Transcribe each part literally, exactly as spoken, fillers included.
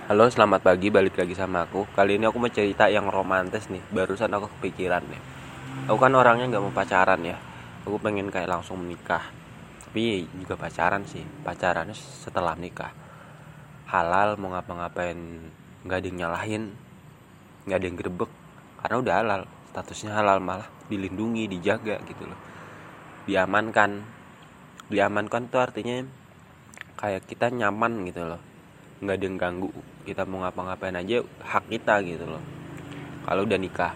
Halo, selamat pagi. Balik lagi sama aku. Kali ini aku mau cerita yang romantis nih. Barusan aku kepikiran nih. Aku kan orangnya nggak mau pacaran ya. Aku pengen kayak langsung menikah. Tapi juga pacaran sih. Pacarannya setelah nikah. Halal, mau ngapa-ngapain nggak ada yang nyalahin, nggak ada yang grebek. Karena udah halal. Statusnya halal, malah dilindungi, dijaga gitu loh. Diamankan. Diamankan tuh artinya kayak kita nyaman gitu loh, nggak ada yang ganggu. Kita mau ngapa-ngapain aja hak kita gitu loh. Kalau udah nikah,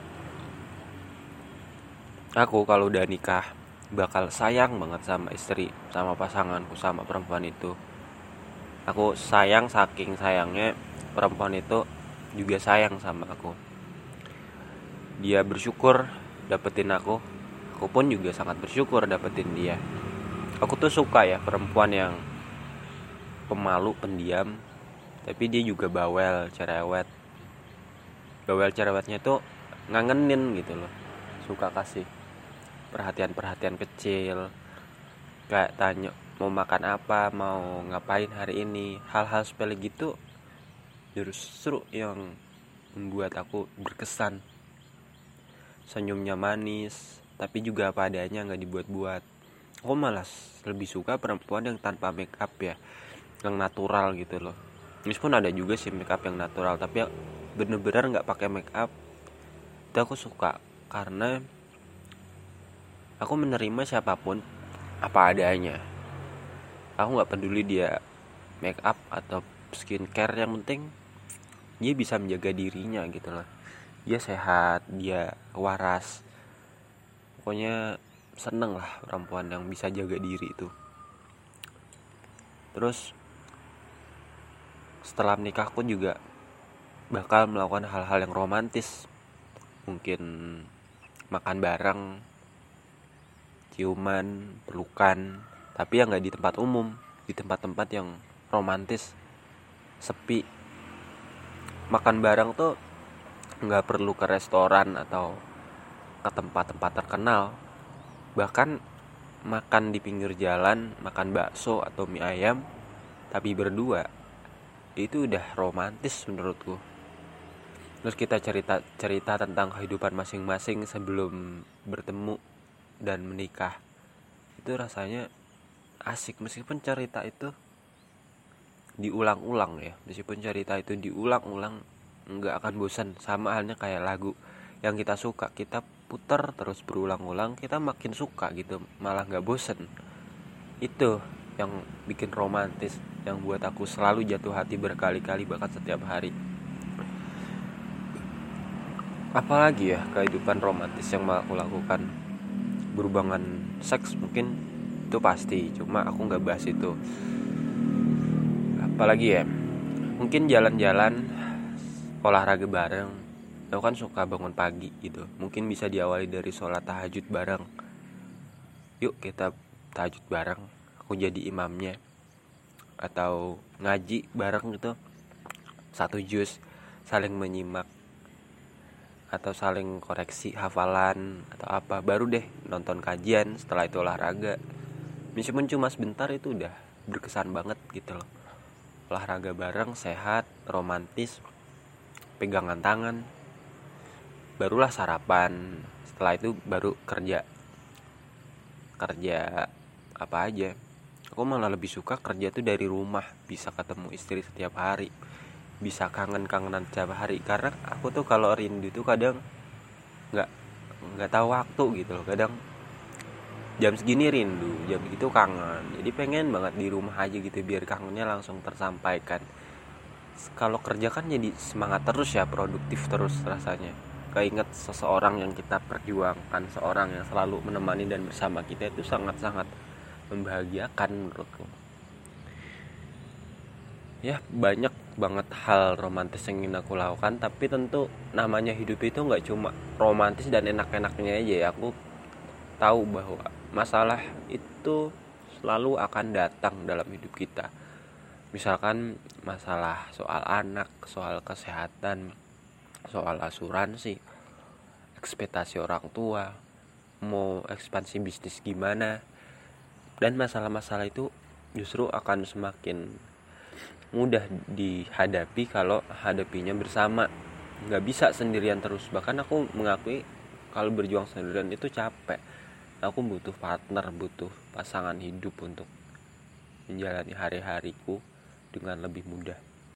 aku kalau udah nikah bakal sayang banget sama istri, sama pasanganku, sama perempuan itu. Aku sayang, saking sayangnya perempuan itu juga sayang sama aku. Dia bersyukur dapetin aku, aku pun juga sangat bersyukur dapetin dia. Aku tuh suka ya perempuan yang pemalu, pendiam, tapi dia juga bawel, cerewet. Bawel cerewetnya tuh ngangenin gitu loh. Suka kasih perhatian-perhatian kecil, kayak tanya mau makan apa, mau ngapain hari ini. Hal-hal sepele gitu justru yang membuat aku berkesan. Senyumnya manis, tapi juga apa adanya, gak dibuat-buat. Aku malas lebih suka perempuan yang tanpa make up ya, yang natural gitu loh. Meskipun ada juga sih make up yang natural, tapi yang bener-bener gak pakai make up itu aku suka. Karena aku menerima siapapun apa adanya. Aku gak peduli dia make up atau skincare, yang penting dia bisa menjaga dirinya gitu loh. Dia sehat, dia waras. Pokoknya seneng lah perempuan yang bisa jaga diri itu. Terus setelah menikah aku juga bakal melakukan hal-hal yang romantis. Mungkin makan bareng, ciuman, pelukan, tapi yang gak di tempat umum, di tempat-tempat yang romantis, sepi. Makan bareng tuh gak perlu ke restoran atau ke tempat-tempat terkenal. Bahkan makan di pinggir jalan, makan bakso atau mie ayam tapi berdua, itu udah romantis menurutku. Terus kita cerita-cerita tentang kehidupan masing-masing sebelum bertemu dan menikah. Itu rasanya asik, meskipun cerita itu diulang-ulang ya. Meskipun cerita itu diulang-ulang, nggak akan bosan. Sama halnya kayak lagu yang kita suka, kita putar terus berulang-ulang, kita makin suka gitu, malah nggak bosan. Itu yang bikin romantis, yang buat aku selalu jatuh hati berkali-kali, bahkan setiap hari. Apalagi ya kehidupan romantis yang mau aku lakukan, berhubungan seks mungkin itu pasti, cuma aku nggak bahas itu. Apalagi ya, mungkin jalan-jalan, olahraga bareng. Aku kan suka bangun pagi gitu, mungkin bisa diawali dari sholat tahajud bareng. Yuk kita tahajud bareng, aku jadi imamnya. Atau ngaji bareng gitu, satu juz, saling menyimak atau saling koreksi hafalan atau apa. Baru deh nonton kajian, setelah itu olahraga. Meskipun cuma sebentar, itu udah berkesan banget gitu loh. Olahraga bareng, sehat, romantis, pegangan tangan. Barulah sarapan, setelah itu baru kerja. Kerja apa aja. Aku malah lebih suka kerja tuh dari rumah, bisa ketemu istri setiap hari, bisa kangen-kangenan setiap hari. Karena aku tuh kalau rindu tuh kadang nggak nggak tahu waktu gitu loh. Kadang jam segini rindu, jam begitu kangen. Jadi pengen banget di rumah aja gitu, biar kangennya langsung tersampaikan. Kalau kerja kan jadi semangat terus ya, produktif terus rasanya. Keinget seseorang yang kita perjuangkan, seorang yang selalu menemani dan bersama kita, itu sangat-sangat membahagiakan menurutku. Ya banyak banget hal romantis yang ingin aku lakukan, tapi tentu namanya hidup itu gak cuma romantis dan enak-enaknya aja ya. Aku tahu bahwa masalah itu selalu akan datang dalam hidup kita. Misalkan masalah soal anak, soal kesehatan, soal asuransi, ekspektasi orang tua, mau ekspansi bisnis gimana. Dan masalah-masalah itu justru akan semakin mudah dihadapi kalau hadapinya bersama. Nggak bisa sendirian terus. Bahkan aku mengakui kalau berjuang sendirian itu capek. Aku butuh partner, butuh pasangan hidup untuk menjalani hari-hariku dengan lebih mudah.